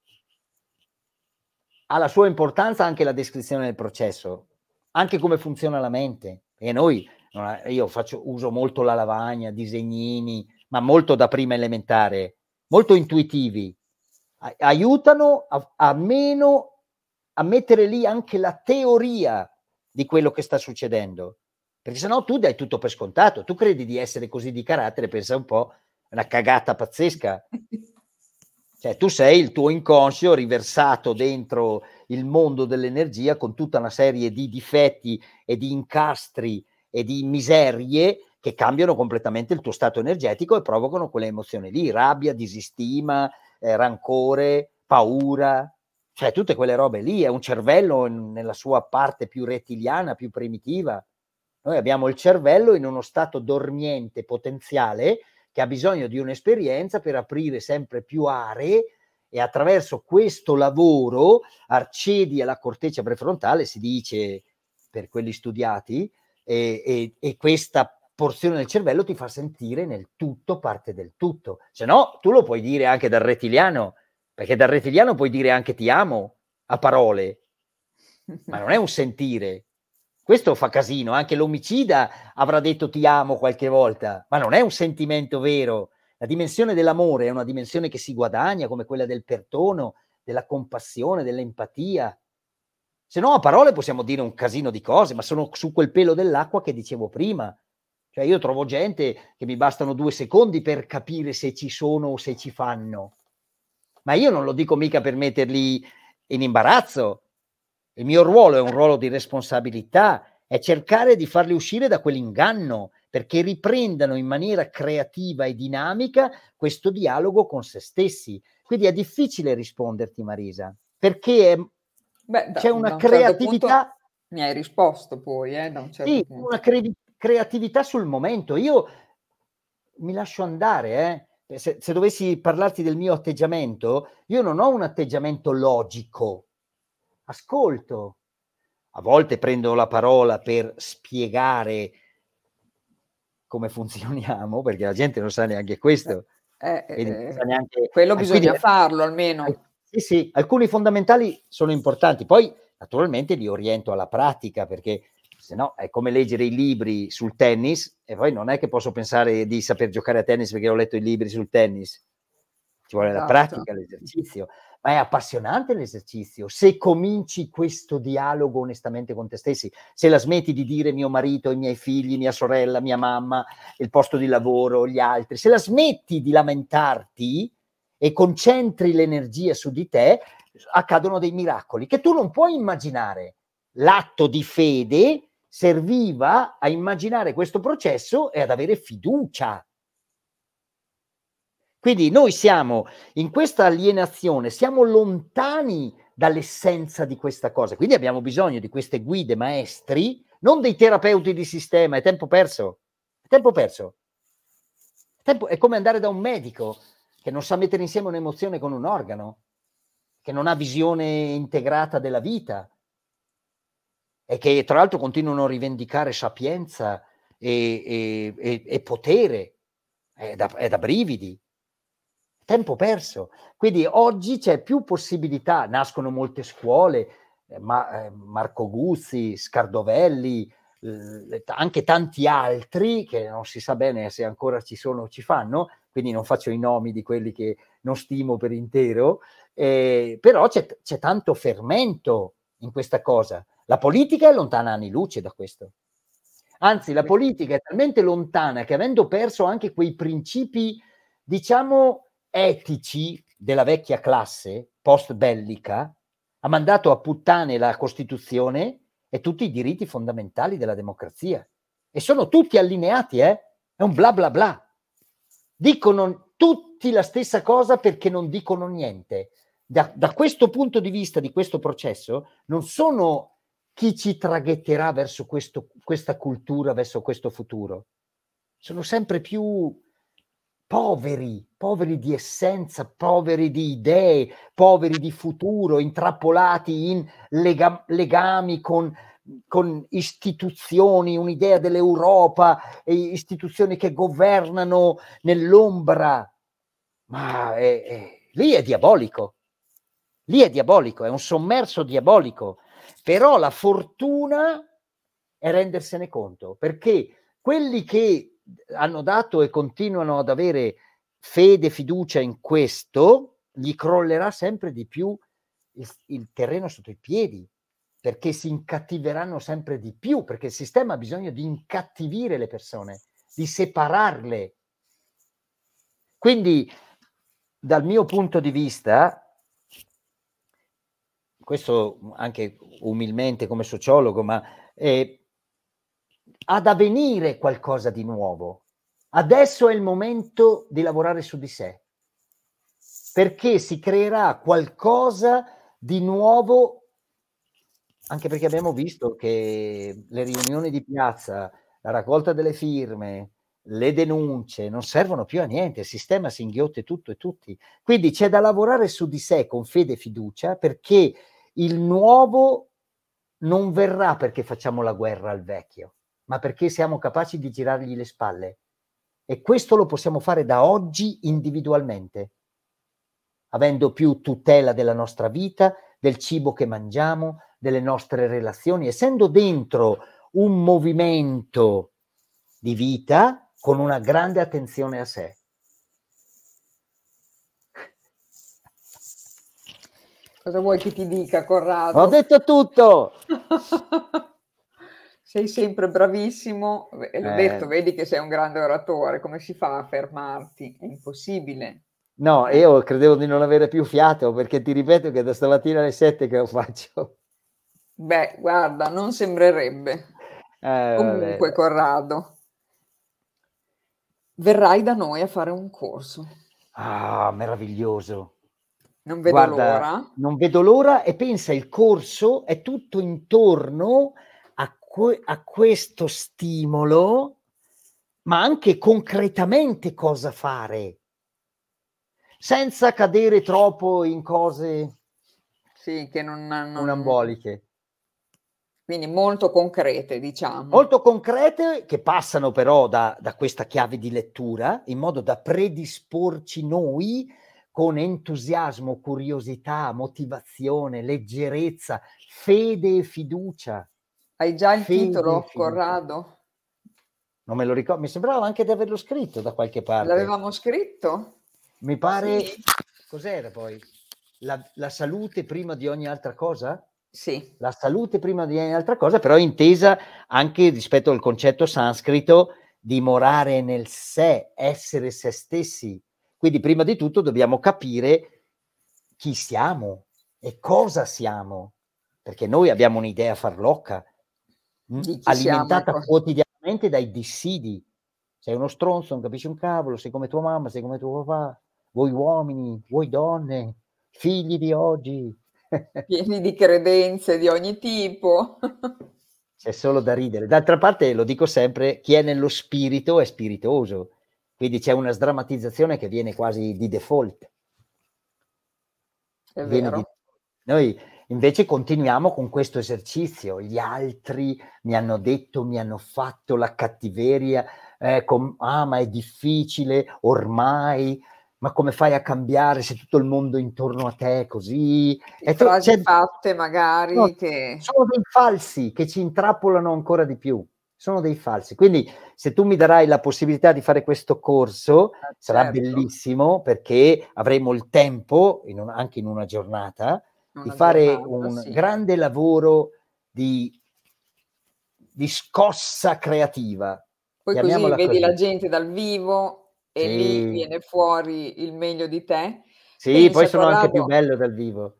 Ha la sua importanza anche la descrizione del processo, anche come funziona la mente. E io uso molto la lavagna, disegnini, ma molto da prima elementare, molto intuitivi. Aiutano almeno a mettere lì anche la teoria di quello che sta succedendo. Perché sennò tu dai tutto per scontato. Tu credi di essere così di carattere, pensa un po', è una cagata pazzesca. Cioè, tu sei il tuo inconscio riversato dentro il mondo dell'energia con tutta una serie di difetti e di incastri e di miserie che cambiano completamente il tuo stato energetico e provocano quelle emozioni lì, rabbia, disistima, rancore, paura, cioè tutte quelle robe lì. È un cervello nella sua parte più rettiliana, più primitiva. Noi abbiamo il cervello in uno stato dormiente potenziale che ha bisogno di un'esperienza per aprire sempre più aree e attraverso questo lavoro accedi alla corteccia prefrontale, si dice per quelli studiati, e questa porzione del cervello ti fa sentire nel tutto parte del tutto. Se no, tu lo puoi dire anche dal rettiliano, perché dal rettiliano puoi dire anche ti amo a parole, ma non è un sentire. Questo fa casino, anche l'omicida avrà detto ti amo qualche volta, ma non è un sentimento vero. La dimensione dell'amore è una dimensione che si guadagna, come quella del perdono, della compassione, dell'empatia. Se no a parole possiamo dire un casino di cose, ma sono su quel pelo dell'acqua che dicevo prima. Cioè io trovo gente che mi bastano 2 secondi per capire se ci sono o se ci fanno. Ma io non lo dico mica per metterli in imbarazzo. Il mio ruolo è un ruolo di responsabilità, è cercare di farli uscire da quell'inganno, perché riprendano in maniera creativa e dinamica questo dialogo con se stessi. Quindi è difficile risponderti, Marisa, perché Beh, c'è da una un certo punto creatività, mi hai risposto poi, da un certo sì, punto. una creatività sul momento. Io mi lascio andare, se dovessi parlarti del mio atteggiamento, io non ho un atteggiamento logico, ascolto. A volte prendo la parola per spiegare come funzioniamo, perché la gente non sa neanche questo. Quindi non sa neanche Quello bisogna farlo almeno. sì, sì, alcuni fondamentali sono importanti. Poi naturalmente li oriento alla pratica, perché se no è come leggere i libri sul tennis e poi non è che posso pensare di saper giocare a tennis perché ho letto i libri sul tennis. Ci vuole la Esatto. pratica, l'esercizio, ma è appassionante l'esercizio. Se cominci questo dialogo onestamente con te stessi, se la smetti di dire mio marito, i miei figli, mia sorella, mia mamma, il posto di lavoro, gli altri, se la smetti di lamentarti e concentri l'energia su di te, accadono dei miracoli che tu non puoi immaginare. L'atto di fede serviva a immaginare questo processo e ad avere fiducia. Quindi noi siamo in questa alienazione, siamo lontani dall'essenza di questa cosa, quindi abbiamo bisogno di queste guide maestri, non dei terapeuti di sistema, è tempo perso, è tempo perso. È come andare da un medico che non sa mettere insieme un'emozione con un organo, che non ha visione integrata della vita e che tra l'altro continuano a rivendicare sapienza e potere, è da brividi. Tempo perso. Quindi oggi c'è più possibilità, nascono molte scuole, Marco Guzzi, Scardovelli, anche tanti altri che non si sa bene se ancora ci sono o ci fanno, quindi non faccio i nomi di quelli che non stimo per intero, però c'è tanto fermento in questa cosa. La politica è lontana anni luce da questo. Anzi, la politica è talmente lontana che avendo perso anche quei principi, diciamo, etici della vecchia classe post-bellica, ha mandato a puttane la Costituzione e tutti i diritti fondamentali della democrazia. E sono tutti allineati, È un bla bla bla. Dicono tutti la stessa cosa perché non dicono niente. Da questo punto di vista, di questo processo, non sono chi ci traghetterà verso questa cultura, verso questo futuro. Sono sempre più poveri di essenza, poveri di idee, poveri di futuro, intrappolati in legami con istituzioni, un'idea dell'Europa, e istituzioni che governano nell'ombra. Ma lì è diabolico, è un sommerso diabolico. Però la fortuna è rendersene conto, perché quelli che hanno dato e continuano ad avere fede, fiducia in questo, gli crollerà sempre di più il terreno sotto i piedi, perché si incattiveranno sempre di più, perché il sistema ha bisogno di incattivire le persone, di separarle. Quindi, dal mio punto di vista, questo anche umilmente come sociologo, ma ha da venire qualcosa di nuovo. Adesso è il momento di lavorare su di sé, perché si creerà qualcosa di nuovo, anche perché abbiamo visto che le riunioni di piazza, la raccolta delle firme, le denunce non servono più a niente, il sistema si inghiotte tutto e tutti. Quindi c'è da lavorare su di sé con fede e fiducia, perché il nuovo non verrà perché facciamo la guerra al vecchio, ma perché siamo capaci di girargli le spalle. E questo lo possiamo fare da oggi individualmente, avendo più tutela della nostra vita, del cibo che mangiamo, delle nostre relazioni, essendo dentro un movimento di vita con una grande attenzione a sé. Cosa vuoi che ti dica, Corrado? Ho detto tutto! Sei sempre bravissimo, e l'ho detto, vedi che sei un grande oratore, come si fa a fermarti? È impossibile. No, io credevo di non avere più fiato, perché ti ripeto che da stamattina alle 7 che lo faccio. Beh, guarda, non sembrerebbe. Comunque, Vabbè. Corrado, verrai da noi a fare un corso. Ah, meraviglioso. Non vedo Guarda, l'ora. non vedo l'ora, e pensa, il corso è tutto intorno a questo stimolo, ma anche concretamente cosa fare, senza cadere troppo in cose Sì, che unamboliche. quindi molto concrete, diciamo. Molto concrete, che passano però da questa chiave di lettura, in modo da predisporci noi con entusiasmo, curiosità, motivazione, leggerezza, fede e fiducia. Hai già il Fede e titolo, fiducia. Corrado? Non me lo ricordo, mi sembrava anche di averlo scritto da qualche parte. L'avevamo scritto? Mi pare, Sì. cos'era poi? La salute prima di ogni altra cosa? Sì. La salute prima di ogni altra cosa, però intesa anche rispetto al concetto sanscrito dimorare nel sé, essere se stessi. Quindi prima di tutto dobbiamo capire chi siamo e cosa siamo, perché noi abbiamo un'idea farlocca, Di chi siamo, alimentata ecco. quotidianamente dai dissidi. Sei uno stronzo, non capisci un cavolo, sei come tua mamma, sei come tuo papà, voi uomini, voi donne, figli di oggi. Pieni di credenze di ogni tipo. C'è solo da ridere. D'altra parte, lo dico sempre, chi è nello spirito è spiritoso, quindi c'è una sdrammatizzazione che viene quasi di default. È Viene di... vero. Noi invece continuiamo con questo esercizio. Gli altri mi hanno detto, mi hanno fatto la cattiveria, ma è difficile ormai, ma come fai a cambiare se tutto il mondo intorno a te è così? Frasi fatte No, magari che... sono dei falsi che ci intrappolano ancora di più. Sono dei falsi. Quindi se tu mi darai la possibilità di fare questo corso, sarà certo, bellissimo, perché avremo il tempo, anche in una giornata, di una fare giornata, un sì. grande lavoro di scossa creativa. Poi così Chiamiamola vedi la così. gente dal vivo e lì Sì, viene fuori il meglio di te. sì, poi Pensa, sono anche più Corrado. bello dal vivo.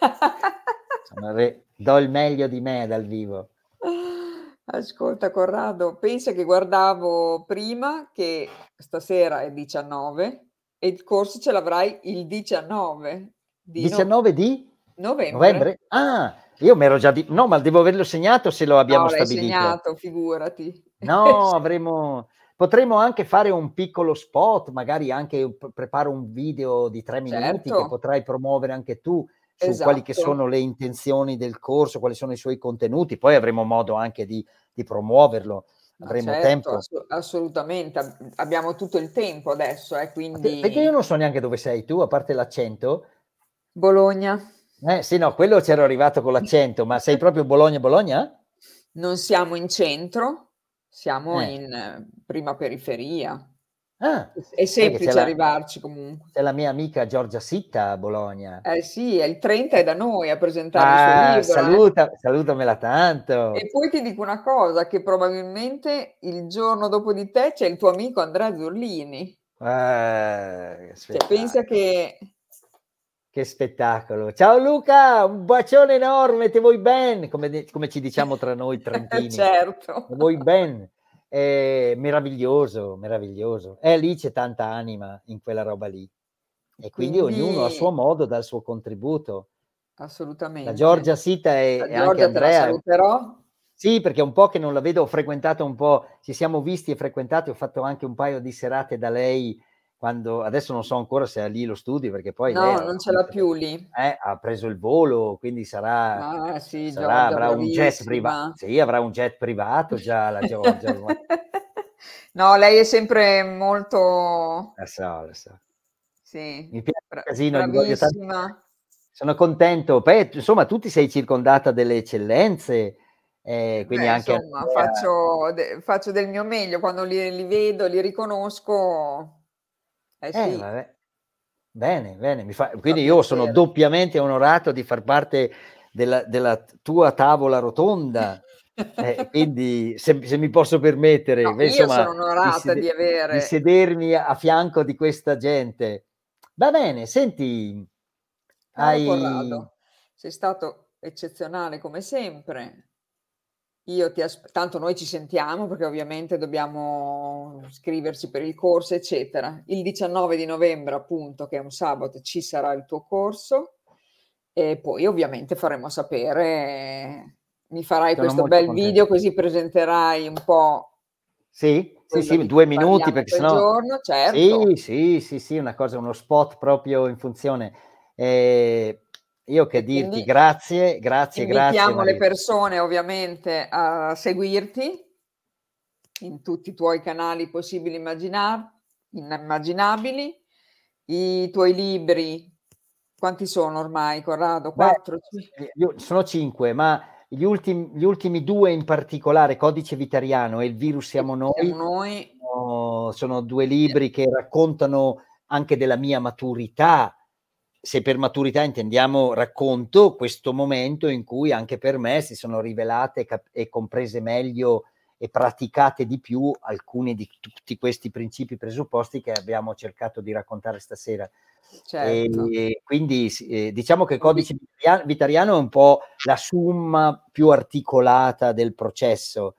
Do il meglio di me dal vivo. Ascolta, Corrado, pensa che guardavo prima che stasera è 19 e il corso ce l'avrai il 19 di 19 di novembre. novembre? Ah, io m'ero già no, ma devo averlo segnato se lo No, abbiamo l'hai stabilito. segnato, figurati. No, avremo Potremmo anche fare un piccolo spot, magari anche preparo un video di 3 minuti che Certo, potrai promuovere anche tu su quali che esatto. sono le intenzioni del corso, quali sono i suoi contenuti, poi avremo modo anche di promuoverlo, Ma avremo certo, tempo. assolutamente. Abbiamo tutto il tempo adesso, Perché io quindi non so neanche dove sei tu, a parte l'accento. Bologna. Sì, no, quello c'ero arrivato con l'accento, ma sei proprio Bologna, Bologna? Non siamo in centro, siamo Eh. in prima periferia. Ah, È sai che semplice arrivarci comunque. c'è la mia amica Giorgia Sitta a Bologna. Eh sì, e il 30 è Eh. da noi a presentare il suo libro, eh. Salutamela tanto. E poi ti dico una cosa, che probabilmente il giorno dopo di te c'è il tuo amico Andrea Zurlini. Che Cioè pensa spettacolo, che che spettacolo. Ciao Luca, un bacione enorme, te vuoi ben, come ci diciamo tra noi trentini. certo. Te vuoi ben. Meraviglioso, meraviglioso. Lì c'è tanta anima in quella roba lì. E quindi ognuno a suo Quindi modo dà il suo contributo. La assolutamente. Giorgia Sitta La e anche Giorgia te la Andrea. saluterò. Sì, perché è un po' che non la vedo, ho frequentato un po', ci siamo visti e frequentati, ho fatto anche un paio di serate da lei quando adesso non so ancora se ha lì lo studio, perché poi lei No, non ce l'ha più lì. ha preso il volo, quindi Ah sì, Giorgia avrà un jet bravissima. sì, avrà un jet privato già la Giorgia ormai. No, lei è sempre molto Lo so. sì, Mi piace un casino, gli voglio tanto bene. bravissima. Sono contento. Poi insomma tu ti sei circondata delle eccellenze, quindi Beh, anche insomma, Andrea. faccio del mio meglio quando li vedo, li riconosco. Eh sì, Vabbè. Bene, bene, mi fa quindi io sono piacere. doppiamente onorato di far parte della tua tavola rotonda, quindi se mi posso permettere, No, beh, io insomma, sono onorata di di avere sedermi a fianco di questa gente. Va bene, senti, caro hai Corrado, sei stato eccezionale come sempre. Io ti tanto noi ci sentiamo perché ovviamente dobbiamo scriverci per il corso, eccetera. Il 19 di novembre, appunto, che è un sabato, ci sarà il tuo corso e poi ovviamente faremo sapere, mi farai sono questo molto bel contento. video così presenterai un po' Sì, sì, quello sì, di 2 cui minuti parliamo perché quel sennò giorno, certo. sì, sì, sì, sì, una cosa uno spot proprio in funzione. Io che E dirti, quindi grazie, grazie, grazie invitiamo le Maria. persone ovviamente a seguirti in tutti i tuoi canali possibili immaginabili. I tuoi libri, quanti sono ormai, Corrado? Beh, 4? io sono 5, ma gli ultimi 2 in particolare, Codice Vitariano e Il virus E siamo siamo noi, noi. sono 2 libri che raccontano anche della mia maturità. Se per maturità intendiamo racconto questo momento in cui anche per me si sono rivelate e comprese meglio e praticate di più alcuni di tutti questi principi presupposti che abbiamo cercato di raccontare stasera. Certo. Quindi diciamo che il Convi codice Vitariano è un po' la summa più articolata del processo.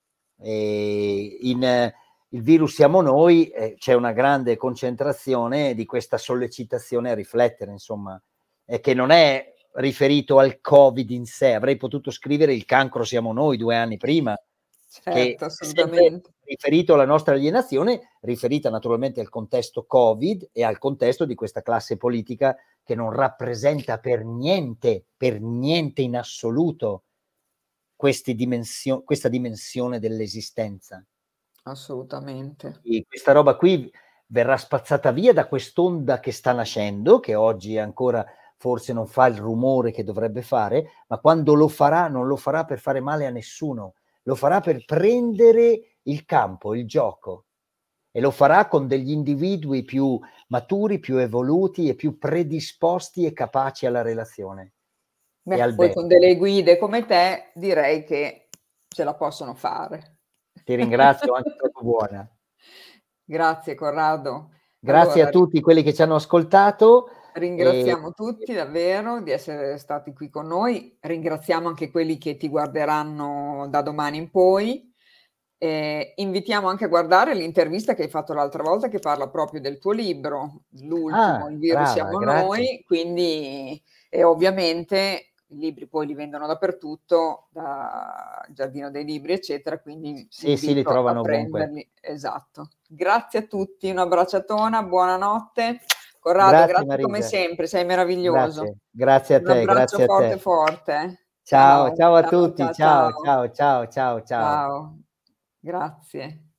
In Il virus siamo noi, c'è una grande concentrazione di questa sollecitazione a riflettere, insomma, che non è riferito al Covid in sé. Avrei potuto scrivere Il cancro siamo noi 2 anni prima, che certo, è sempre assolutamente. riferito alla nostra alienazione, riferita naturalmente al contesto Covid e al contesto di questa classe politica che non rappresenta per niente in assoluto questa dimensione dell'esistenza. Assolutamente. E questa roba qui verrà spazzata via da quest'onda che sta nascendo, che oggi ancora forse non fa il rumore che dovrebbe fare, ma quando lo farà non lo farà per fare male a nessuno, lo farà per prendere il campo, il gioco, e lo farà con degli individui più maturi, più evoluti e più predisposti e capaci alla relazione e Beh, al poi bene. con delle guide come te direi che ce la possono fare. Ti ringrazio, anche troppo buona. Grazie Corrado. Grazie a Allora tutti quelli che ci hanno ascoltato e ringraziamo tutti davvero di essere stati qui con noi, ringraziamo anche quelli che ti guarderanno da domani in poi. Invitiamo anche a guardare l'intervista che hai fatto l'altra volta che parla proprio del tuo libro, l'ultimo, ah, "Il virus brava, siamo grazie. noi", quindi e ovviamente i libri poi li vendono dappertutto, da Giardino dei Libri, eccetera, quindi Sì, sì, li invito a trovano ovunque. prenderli. Esatto. Grazie a tutti, un abbracciatona, buonanotte. Corrado, Grazie grazie come Marisa, sempre, sei meraviglioso. grazie, grazie a Un te, abbraccio grazie a forte te. forte, eh. Ciao, Ciao, ciao a ciao, tutti, ciao, ciao, ciao. ciao, ciao, ciao, ciao. Ciao. Grazie.